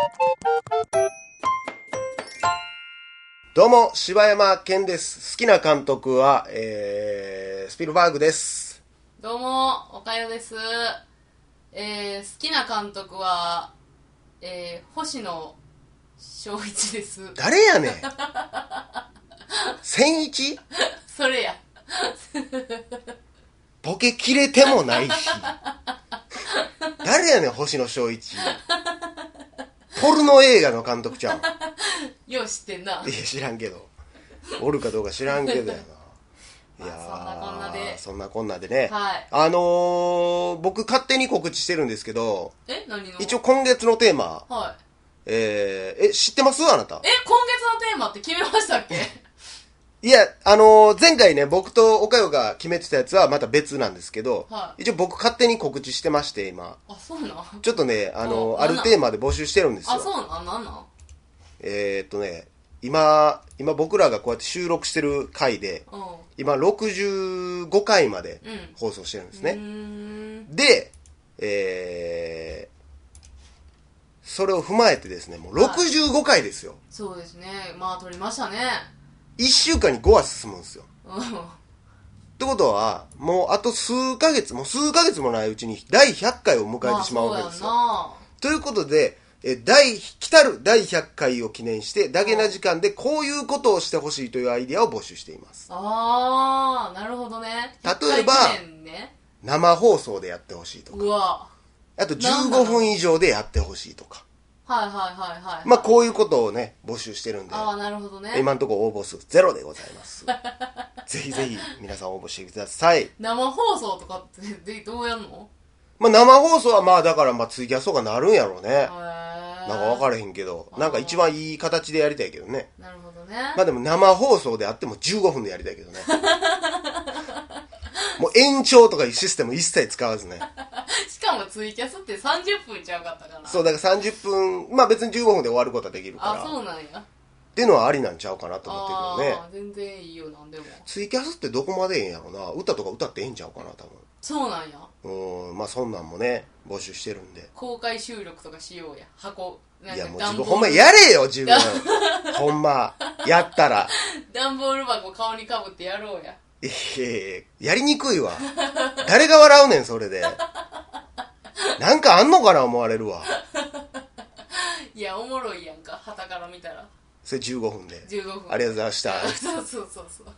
どうも、柴山健です。好きな監督は、スピルバーグです。 どうも、おかよです。好きな監督は、星野翔一です。 誰やねん。千一？ それや。 ボケ切れてもないし。誰やねん、星野翔一。ポルノ映画の監督ちゃん。 よう知ってんな。 いや、知らんけど。おるかどうか知らんけどやな。いやそんなこんなで。 そんなこんなでね。 はい。 僕勝手に告知してるんですけど、 何の？ 一応今月のテーマ、 はい。 知ってますあなた。 今月のテーマって決めましたっけ？ いや、前回ね、僕と岡代が決めてたやつはまた別なんですけど、 はい、 一応僕勝手に告知してまして、今。 あ、そうなん？ ちょっとね、あるテーマで募集してるんですよ。 あ、そうなん？なんなん？ 今僕らがこうやって収録してる回で、今65回まで放送してるんですね。で、それを踏まえてですね、もう65回ですよ。 そうですね。まあ、撮りましたね。 1週間に5話進むんですよ。ってことは、もうあと数ヶ月もないうちに第100回を迎えてしまうわけですよ。ということで、来たる第100回を記念して、ダゲな時間でこういうことをしてほしいというアイディアを募集しています。 あー、なるほどね。 例えば、生放送でやってほしいとか。 うわ。 あと15分以上でやってほしいとか。 はいはいはいはい。 まあこういうことをね、募集してるんで。 ああ、なるほどね。 今のところ応募数0でございます。ぜひぜひ皆さん応募してください。 生放送とかってどうやんの？ まあ生放送はまあだからまあツイキャスとかなるんやろうね。なんか分からへんけど、なんか一番いい形でやりたいけどね。 なるほどね。 まあでも生放送であっても15分でやりたいけどね。もう延長とかいうシステム一切使わずね。 しかもツイキャスって30分ちゃうかったかな。 そう、だから30分、まあ別に15分で終わることはできるから。 あ、そうなんや。 っていうのはありなんちゃうかなと思ってるけどね。 全然いいよ、なんでも。 ツイキャスってどこまでええんやろな。歌とか歌ってええんちゃうかな、多分。 そうなんや。 まあそんなんもね、募集してるんで。 公開収録とかしようや。箱。 いやもう自分ほんまやれよ、自分。ほんま。やったら。 段ボール箱顔にかぶってやろうや。 やりにくいわ。誰が笑うねん、それで。なんかあんのかな思われるわ。 いや、おもろいやんか、旗から見たら。 それ15分で。 15分。 ありがとうございました。 そう。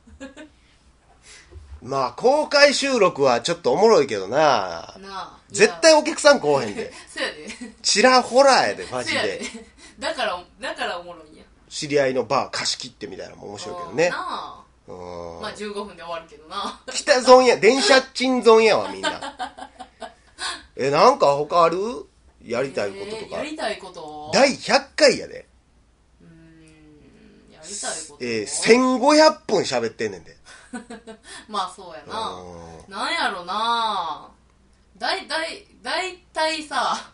まあ、公開収録はちょっとおもろいけどな。絶対お客さん来おへんで。 そうやで。 ちらほらやで、マジで。 だからおもろいんや。 知り合いのバー貸し切ってみたいなのも面白いけどね。 まあ15分で終わるけどな。 北損や、電車賃損やわ、みんな。なんか他ある？やりたいこととか。 やりたいこと？ 第100回やで。 やりたいこと 1500分喋ってんねんで。 まあそうやな。なんやろな。だいたいさ。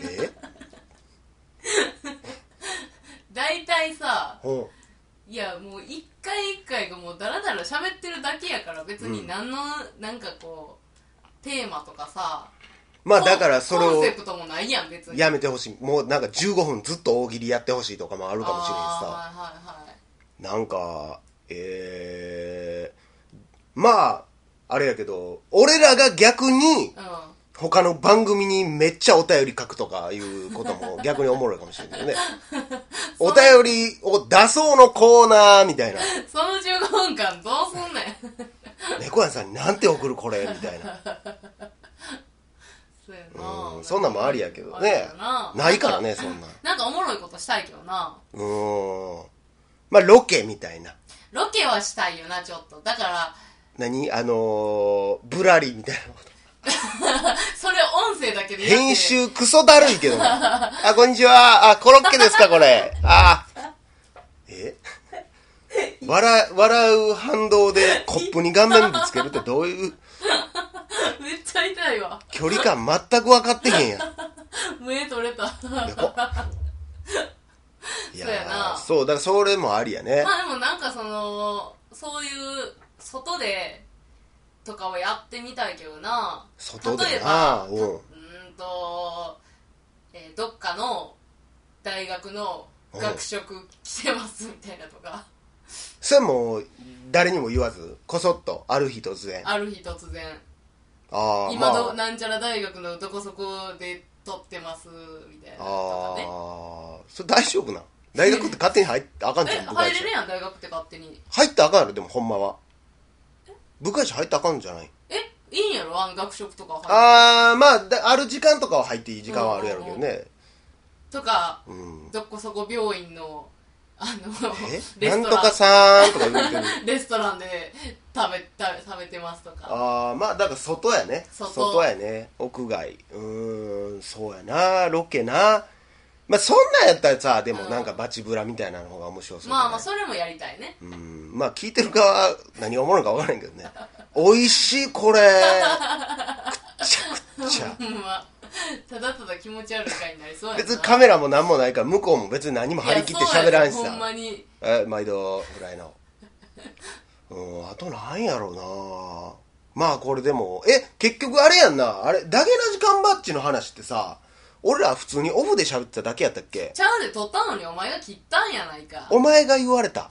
だいたいさ。いやもう一回がもうダラダラ喋ってるだけやから別に何の、なんかこうテーマとかさ、 まあだからそれをコンセプトもないやん別に。 やめてほしい。もうなんか15分ずっと大喜利やってほしいとかもあるかもしれんしさ。なんかまああれやけど、俺らが逆に他の番組にめっちゃお便り書くとかいうことも逆におもろいかもしれんけどね。お便りを出そうのコーナーみたいな。 その15分間どうすんねん。猫屋さんになんて送るこれみたいな。 そうやな。 そんなんもありやけどね。ないからね、そんな。 なんかおもろいことしたいけどな。 まあロケみたいな。 ロケはしたいよな、ちょっと。だから。 何ぶらりみたいなこと。 それ音声だけでやって。 編集クソだるいけどな。こんにちは。コロッケですか、これ。笑う反動でコップに顔面ぶつけるってどういう。 めっちゃ痛いわ。 距離感全く分かってへんやん。 目取れた。 いやそう、だからそれもありやね。 まあでもなんかそういう外でとかをやってみたいけどな。 外で例えばどどっかの大学の学食来てますみたいなとか、 それもう誰にも言わずこそっとある日突然今まあ、 なんちゃら大学のどこそこで撮ってますみたいなとかね。 それ大丈夫なん？大学って勝手に入ってあかんじゃん。 入れるやん大学って勝手に。 入ったらあかんやろでもほんまは。部外者入ったらあかんじゃない？ いいんやろ学食とか入って。 まあある時間とかは入っていい時間はあるやろうけどね、 とか、どこそこ病院のレストランなんとかさーんとか言うてるレストランで食べてますとか。 まあだから外やね。外やね。屋外。そうやな。ロケな。まあそんなんやったらさ、でもなんかバチブラみたいなの方が面白そう。 まあまあそれもやりたいね。 まあ聞いてる側は何がおもろいか分からへんけどね。美味しいこれ。くちゃくちゃ。 ただただ気持ち悪い回になりそうやな。 別にカメラも何もないから向こうも別に何も張り切って喋らんしさ。 ほんまに。 毎度ぐらいの。あとなんやろうな。まあこれでも結局あれやんな。あれダゲな時間バッジの話ってさ、俺ら普通にオフで喋ってただけやったっけ？ ちゃうで撮ったのにお前が切ったんやないか。 お前が言われた。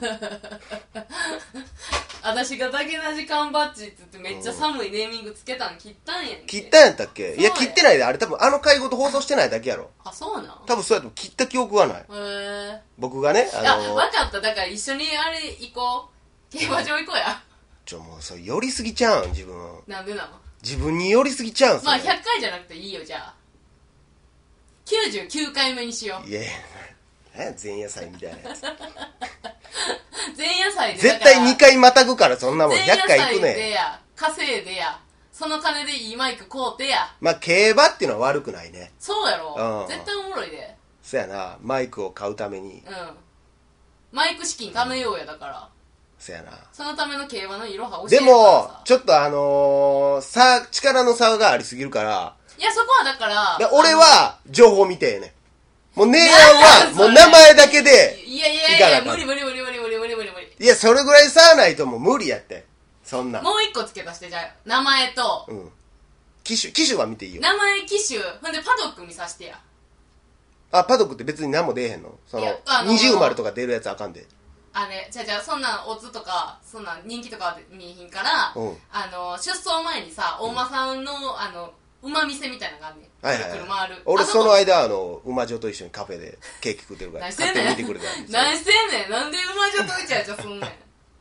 私がダゲな時間バッジって言ってめっちゃ寒いネーミングつけたん切ったんやんけ。 切ったんやったっけ？いや切ってないで。あれ多分あの回ごと放送してないだけやろ。 そうなん？ 多分そうやと切った記憶はない。僕がね分かった。だから一緒にあれ行こう。競馬場行こうや。 もうそれ寄りすぎちゃうん自分。 なんでなの？ 自分に寄りすぎちゃうんまあ100回じゃなくていいよじゃあ。99回目にしよう。 いやいや前夜祭みたいなやつ。 前夜祭で絶対2回またぐからそんなもん100回行くね。前夜祭でや稼いでやその金でいいマイク買うてや。 まあ競馬っていうのは悪くないね。 そうやろ、絶対おもろいで。 そうやな。マイクを買うためにマイク資金貯めようや。だからそうやな。 そのための競馬のいろは教えるからさ。 でもちょっと力の差がありすぎるから。 いやそこはだから俺は情報見てね。もう姉やんはもう名前だけでいや無理。 いやそれぐらい差ないともう無理やって。そんなもう一個付け足して。じゃあ名前と機種は見ていいよ。 名前機種ほんでパドック見さしてや。 パドックって別に何も出えへんの？その二重丸とか出るやつあかんで。 あれじゃあそんなオツとかそんな人気とか見えへんから、出走前にさ大間さんの馬店みたいなのがあんねん。くるくる回る。 俺その間馬女と一緒にカフェでケーキ食ってるから勝手に見てくれた。何してんねん。なんで馬女とイチャイチャすんね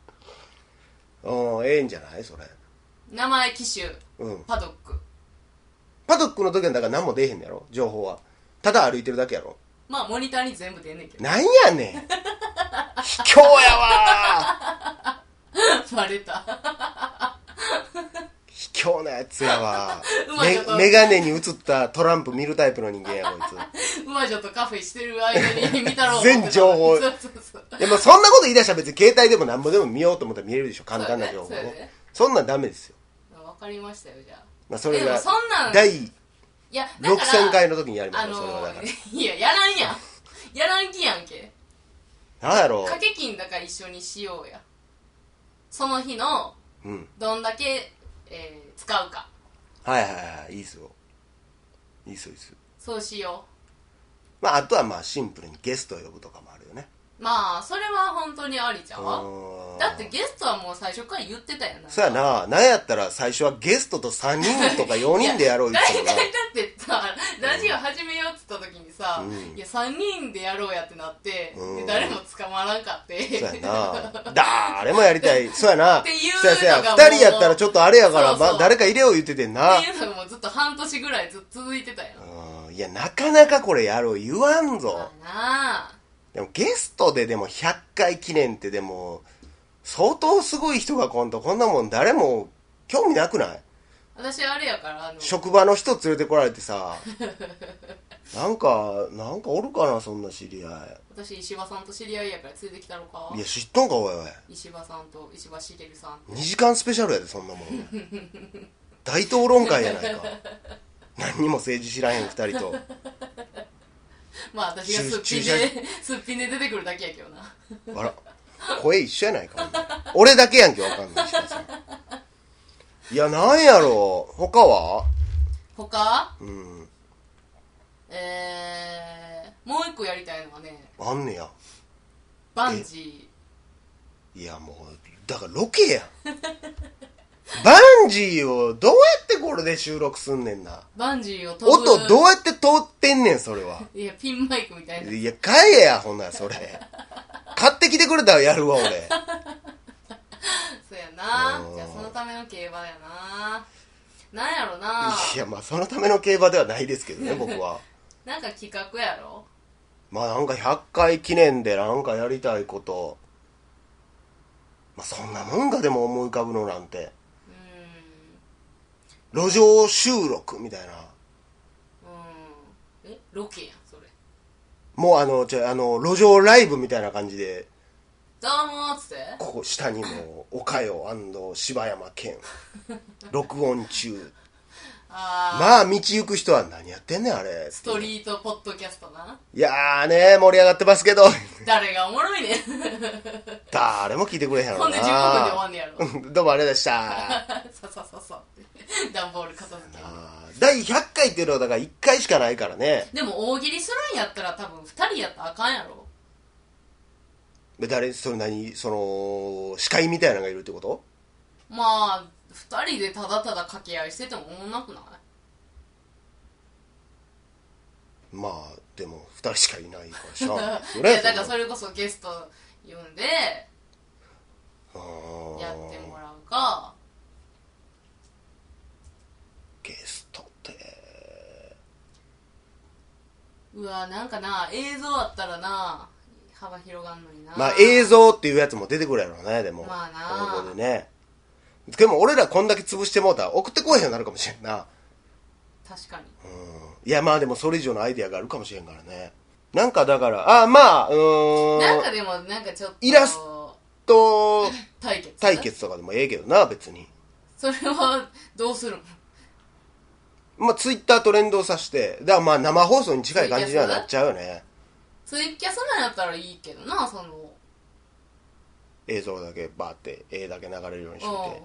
ん。 ええんじゃないそれ。 名前機種パドックの時はだから何も出えへんのやろ情報は。ただ歩いてるだけやろ。 まあモニターに全部出んねんけど。 なんやねん卑怯やわバレた。 卑怯なやつやわ。メガネに映ったトランプ見るタイプの人間やこいつ。馬女とカフェしてる間に見たろう。 全情報。でもそんなこと言い出したら別に携帯でも何ぼでも見ようと思ったら見れるでしょ。簡単な情報ね。そんなんダメですよ。 わかりましたよじゃあ。 まあそれが第 6000回の時にやりましょう。それはだから。 いややらんやん。やらん気やんけ。 なんやろう。 掛け金だから一緒にしようや。その日のどんだけ使うか。 いいっすよ。いいっすよ。 そうしよう。まああとはまあシンプルにゲストを呼ぶとかもあるよね。 まあそれは本当にありちゃう。だってゲストはもう最初から言ってたやな。 そうやな。なんやったら最初はゲストと3人とか4人でやろう言ってたのな。 大体だってさラジオ始めようっつった時にさ、いや3人でやろうやってなって、で誰も捕まらんかって。 そうやな。誰もやりたい。そうやな。 っていうのが 2人やったらちょっとあれやから誰か入れよう言っててんな。 っていうのがもうずっと半年ぐらい続いてたやん。 いやなかなかこれやろう言わんぞ。でもゲストででも100回記念ってでも相当すごい人がこんなもん誰も興味なくない？ 私あれやから職場の人連れてこられてさなんかおるかなそんな知り合い。 私石破さんと知り合いやから連れてきたのか。 いや知っとんかおい。 石破さんと石破茂さん 2時間スペシャルやでそんなもん大討論会やないか何にも政治知らへん2人とまあ私がすっぴんで出てくるだけやけどな。 あら声一緒やないか俺だけやんけわかんないしさ。いやなんやろう他は他うんもう一個やりたいのはね、 あんねや。 バンジいやもうだからロケやんバンジーをどうやってこれで収録すんねんな。 バンジーを飛ぶ音どうやって通ってんねんそれは。 いやピンマイクみたいな。 いや買えやほんならそれ買ってきてくれたらやるわ俺そうやな。じゃあそのための競馬やな。なんやろな。 いやまあそのための競馬ではないですけどね僕は。 なんか企画やろ。 まあなんか100回記念でなんかやりたいこと、まあそんなもんがでも思い浮かぶのなんて。路上収録みたいな。 ロケやんそれ。 もう路上ライブみたいな感じで、 どうもーっつってここ下にも岡代&柴山健録音中。まあ道行く人は何やってんねんあれ。 ストリートポッドキャストな。 いやーね盛り上がってますけど誰がおもろいねん誰も聞いてくれへんやろな。 ほんで15分で終わんねやろどうもありがとうございましたさって段ボール片付け。 第100回っていうのはだから1回しかないからね。 でも大喜利するんやったら多分2人やったらあかんやろ。 誰それ何その司会みたいなのがいるってこと？ まあ2人でただただ掛け合いしててもおもんなくない？ まあでも2人しかいないからしゃあないですよいねやだからそれこそゲスト呼んでやってもらうか。 ゲストってうわなんかな映像あったらな幅広がんのにな。 まあ映像っていうやつも出てくるやろうね。でもまあなここでね。でも俺らこんだけ潰してもうたら送ってこえへんようになるかもしれんな。 確かに。 いやまあでもそれ以上のアイデアがあるかもしれんからね。なんかだからまあなんかでもなんかちょっとイラスト対決とかでもええけどな別に。 それはどうするの？ まあツイッターと連動させて、だからまあ生放送に近い感じにはなっちゃうよね。 ツイキャスなんやったらいいけどな。その映像だけバーって絵だけ流れるようにしてて、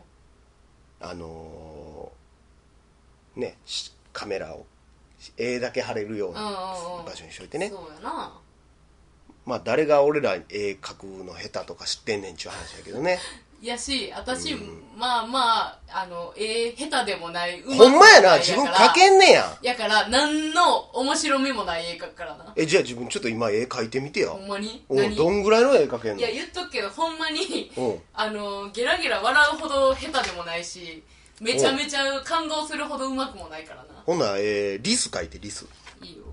ねカメラを絵だけ貼れるような場所にしといてね。 そうやな。 まあ誰が俺ら絵描くの下手とか知ってんねんちゅう話やけどね。 いやし私、まあ絵下手でもない。 ほんまやな。自分描けんねや。 やから何の面白みもない絵描くからな。 じゃあ自分ちょっと今絵描いてみてよ。 ほんまに？ どんぐらいの絵描けんの？ いや言っとくけどほんまにゲラゲラ笑うほど下手でもないし、めちゃめちゃ感動するほどうまくもないからな。 ほんならリス描いてリス。 いいよ。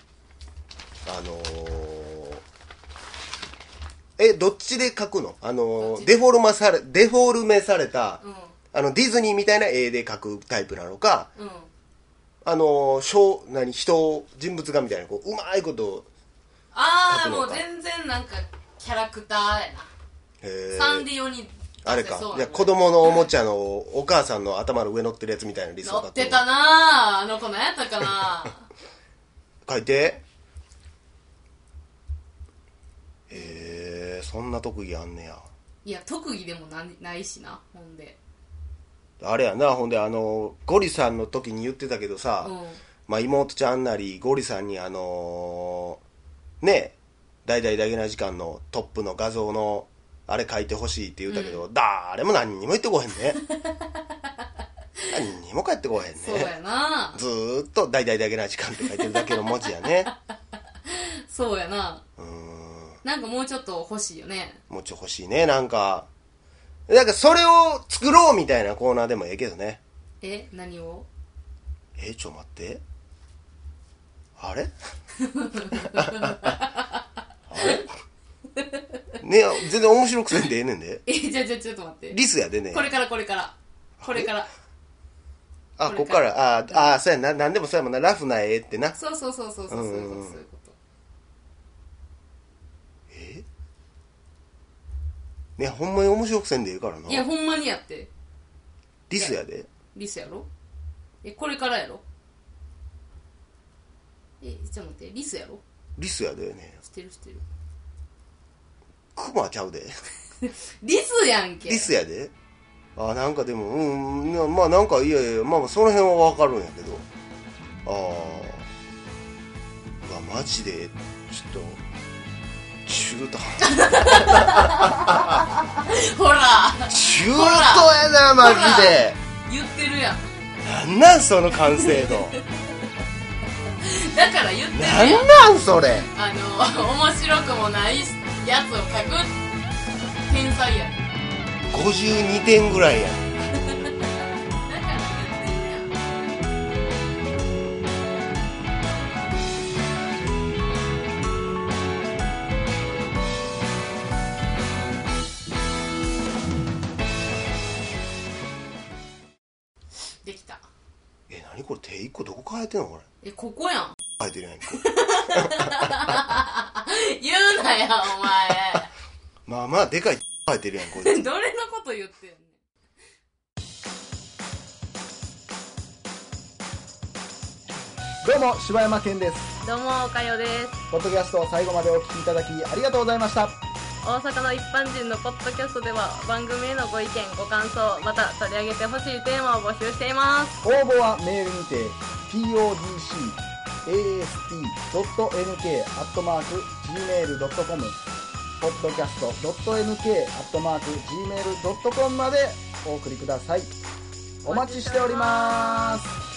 どっちで描くの？デフォルメされた、ディズニーみたいな絵で描くタイプなのか、人物画みたいなうまいこと描くのか。 もう全然なんかキャラクターやな。サンリオにあれか。じゃあ子供のおもちゃのお母さんの頭の上乗ってるやつみたいなリスを描くの。 乗ってたな。あの子何やったかな描いて。そんな特技あんねや。 いや特技でもないしな。ほんであれやな。ほんでゴリさんの時に言ってたけどさ、まあ妹ちゃんなりゴリさんにね大々だけな時間のトップの画像のあれ書いてほしいって言ったけど、誰も何にも言ってこへんね何にも返ってこへんね。 そうやな。 ずーっと大々だけな時間って書いてるだけの文字やねそうやな。なんかもうちょっと欲しいよね。 もうちょっと欲しいね。なんかそれを作ろうみたいなコーナーでもええけどね。 何を？ ちょ待ってあれあれね全然面白くせんでええねんで。 じゃあちょっと待って。 リスやでね。 これからここからそうやな。なんでもそうやもんな。ラフな絵ってな。 そういうこと。 ねほんまに面白くせんでええからな。 いやほんまにやって。 リスやで。 リスやろ？これからやろ？ちょっと待って、リスやろ？ リスやでね。 知ってるクマちゃうでリスやんけ。 リスやで。なんかでもまあなんかいやまあその辺は分かるんやけどうわマジでちょっと中途ほら中途やなマジで言ってるやん。 なんその完成度だから言ってるやん。 なんそれ面白くもないやつを書く天才やん。 52点ぐらいやん。 だから言ってるやん。できた。 何これ手1個どこ変えてんのこれ。 ここやん。 変えてるやん言うなやお前。 まあまあでかい変えてるやんこれ。 どれのこと言ってんねん。 どうも柴山健です。 どうもおかよです。 ポッドキャストを最後までお聞きいただきありがとうございました。 大阪の一般人のポッドキャストでは番組へのご意見ご感想また取り上げてほしいテーマを募集しています。 応募はメールにて podcast.nk@gmail.com podcast.nk@gmail.com までお送りください。お待ちしております。